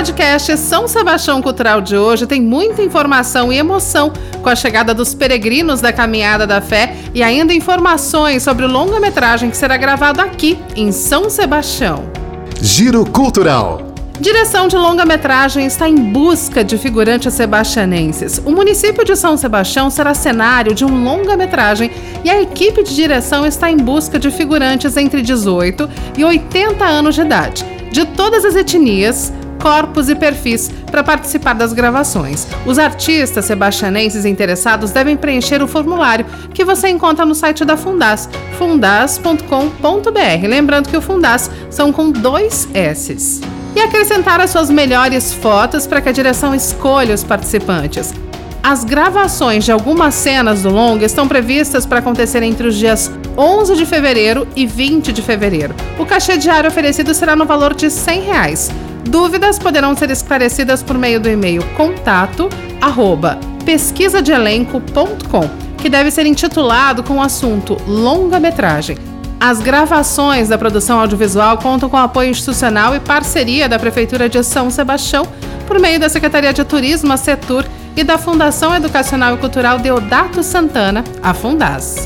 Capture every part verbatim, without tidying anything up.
podcast São Sebastião Cultural de hoje tem muita informação e emoção com a chegada dos peregrinos da Caminhada da Fé e ainda informações sobre o longa-metragem que será gravado aqui em São Sebastião. Giro Cultural. Direção de longa-metragem está em busca de figurantes sebastianenses. O município de São Sebastião será cenário de um longa-metragem e a equipe de direção está em busca de figurantes entre dezoito e oitenta anos de idade, de todas as etnias, corpos e perfis para participar das gravações. Os artistas sebastianenses interessados devem preencher o formulário que você encontra no site da Fundas, fundas ponto com ponto b r. Lembrando que o Fundas são com dois S's. E acrescentar as suas melhores fotos para que a direção escolha os participantes. As gravações de algumas cenas do longa estão previstas para acontecer entre os dias onze de fevereiro e vinte de fevereiro. O cachê diário oferecido será no valor de cem reais. Dúvidas poderão ser esclarecidas por meio do e-mail contato arroba pesquisa de elenco ponto com, que deve ser intitulado com o assunto longa-metragem. As gravações da produção audiovisual contam com apoio institucional e parceria da Prefeitura de São Sebastião, por meio da Secretaria de Turismo, a Setur, e da Fundação Educacional e Cultural Deodato Santana, a Fundas.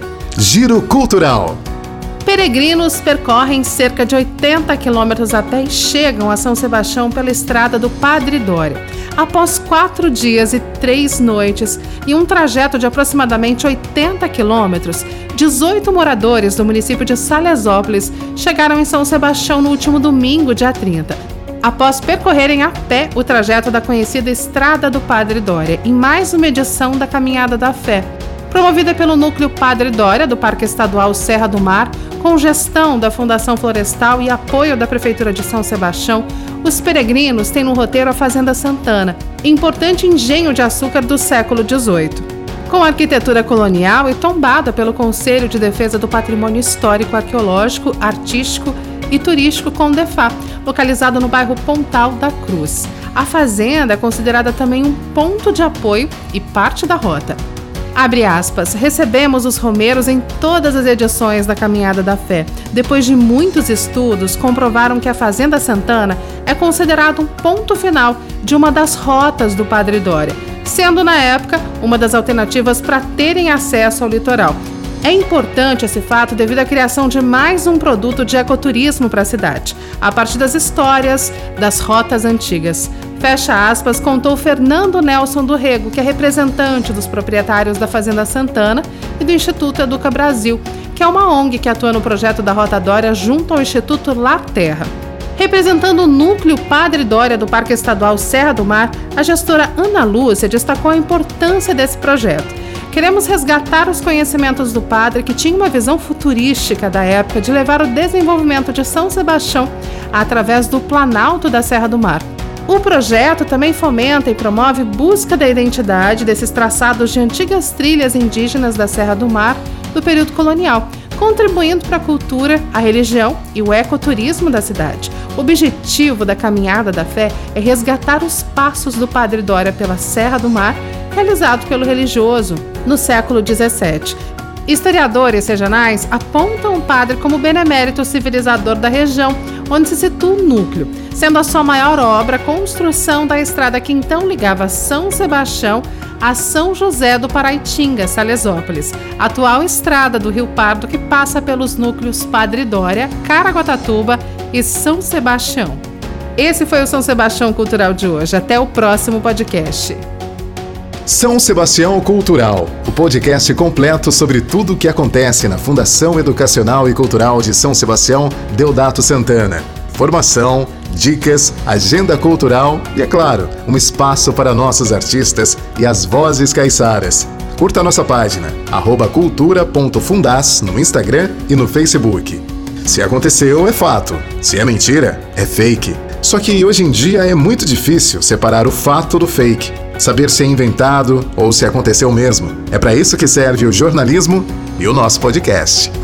Giro Cultural. Peregrinos percorrem cerca de oitenta quilômetros a pé e chegam a São Sebastião pela estrada do Padre Dória. Após quatro dias e três noites e um trajeto de aproximadamente oitenta quilômetros, dezoito moradores do município de Salesópolis chegaram em São Sebastião no último domingo, dia trinta. Após percorrerem a pé o trajeto da conhecida Estrada do Padre Dória, em mais uma edição da Caminhada da Fé, promovida pelo Núcleo Padre Dória do Parque Estadual Serra do Mar, com gestão da Fundação Florestal e apoio da Prefeitura de São Sebastião, os peregrinos têm no roteiro a Fazenda Santana, importante engenho de açúcar do século dezoito. Com arquitetura colonial e tombada pelo Conselho de Defesa do Patrimônio Histórico, Arqueológico, Artístico e Turístico Condefá, localizado no bairro Pontal da Cruz. A fazenda é considerada também um ponto de apoio e parte da rota. Abre aspas, recebemos os romeiros em todas as edições da Caminhada da Fé. Depois de muitos estudos, comprovaram que a Fazenda Santana é considerado um ponto final de uma das rotas do Padre Dória, sendo, na época, uma das alternativas para terem acesso ao litoral. É importante esse fato devido à criação de mais um produto de ecoturismo para a cidade, a partir das histórias das rotas antigas. Fecha aspas, contou Fernando Nelson do Rego, que é representante dos proprietários da Fazenda Santana e do Instituto Educa Brasil, que é uma O N G que atua no projeto da Rota Dória junto ao Instituto Lar Terra. Representando o Núcleo Padre Dória do Parque Estadual Serra do Mar, a gestora Ana Lúcia destacou a importância desse projeto. Queremos resgatar os conhecimentos do padre, que tinha uma visão futurística da época de levar o desenvolvimento de São Sebastião através do Planalto da Serra do Mar. O projeto também fomenta e promove busca da identidade desses traçados de antigas trilhas indígenas da Serra do Mar do período colonial, contribuindo para a cultura, a religião e o ecoturismo da cidade. O objetivo da Caminhada da Fé é resgatar os passos do Padre Dória pela Serra do Mar, realizado pelo religioso no século dezessete. Historiadores regionais apontam o padre como benemérito civilizador da região, onde se situa o núcleo, sendo a sua maior obra a construção da estrada que então ligava São Sebastião a São José do Paraitinga, Salesópolis, atual estrada do Rio Pardo que passa pelos núcleos Padre Dória, Caraguatatuba e São Sebastião. Esse foi o São Sebastião Cultural de hoje. Até o próximo podcast. São Sebastião Cultural, o podcast completo sobre tudo o que acontece na Fundação Educacional e Cultural de São Sebastião Deodato Santana. Formação, dicas, agenda cultural e, é claro, um espaço para nossos artistas e as vozes caiçaras. Curta a nossa página, arroba cultura ponto fundas, no Instagram e no Facebook. Se aconteceu, é fato. Se é mentira, é fake. Só que hoje em dia é muito difícil separar o fato do fake. Saber se é inventado ou se aconteceu mesmo. É para isso que serve o jornalismo e o nosso podcast.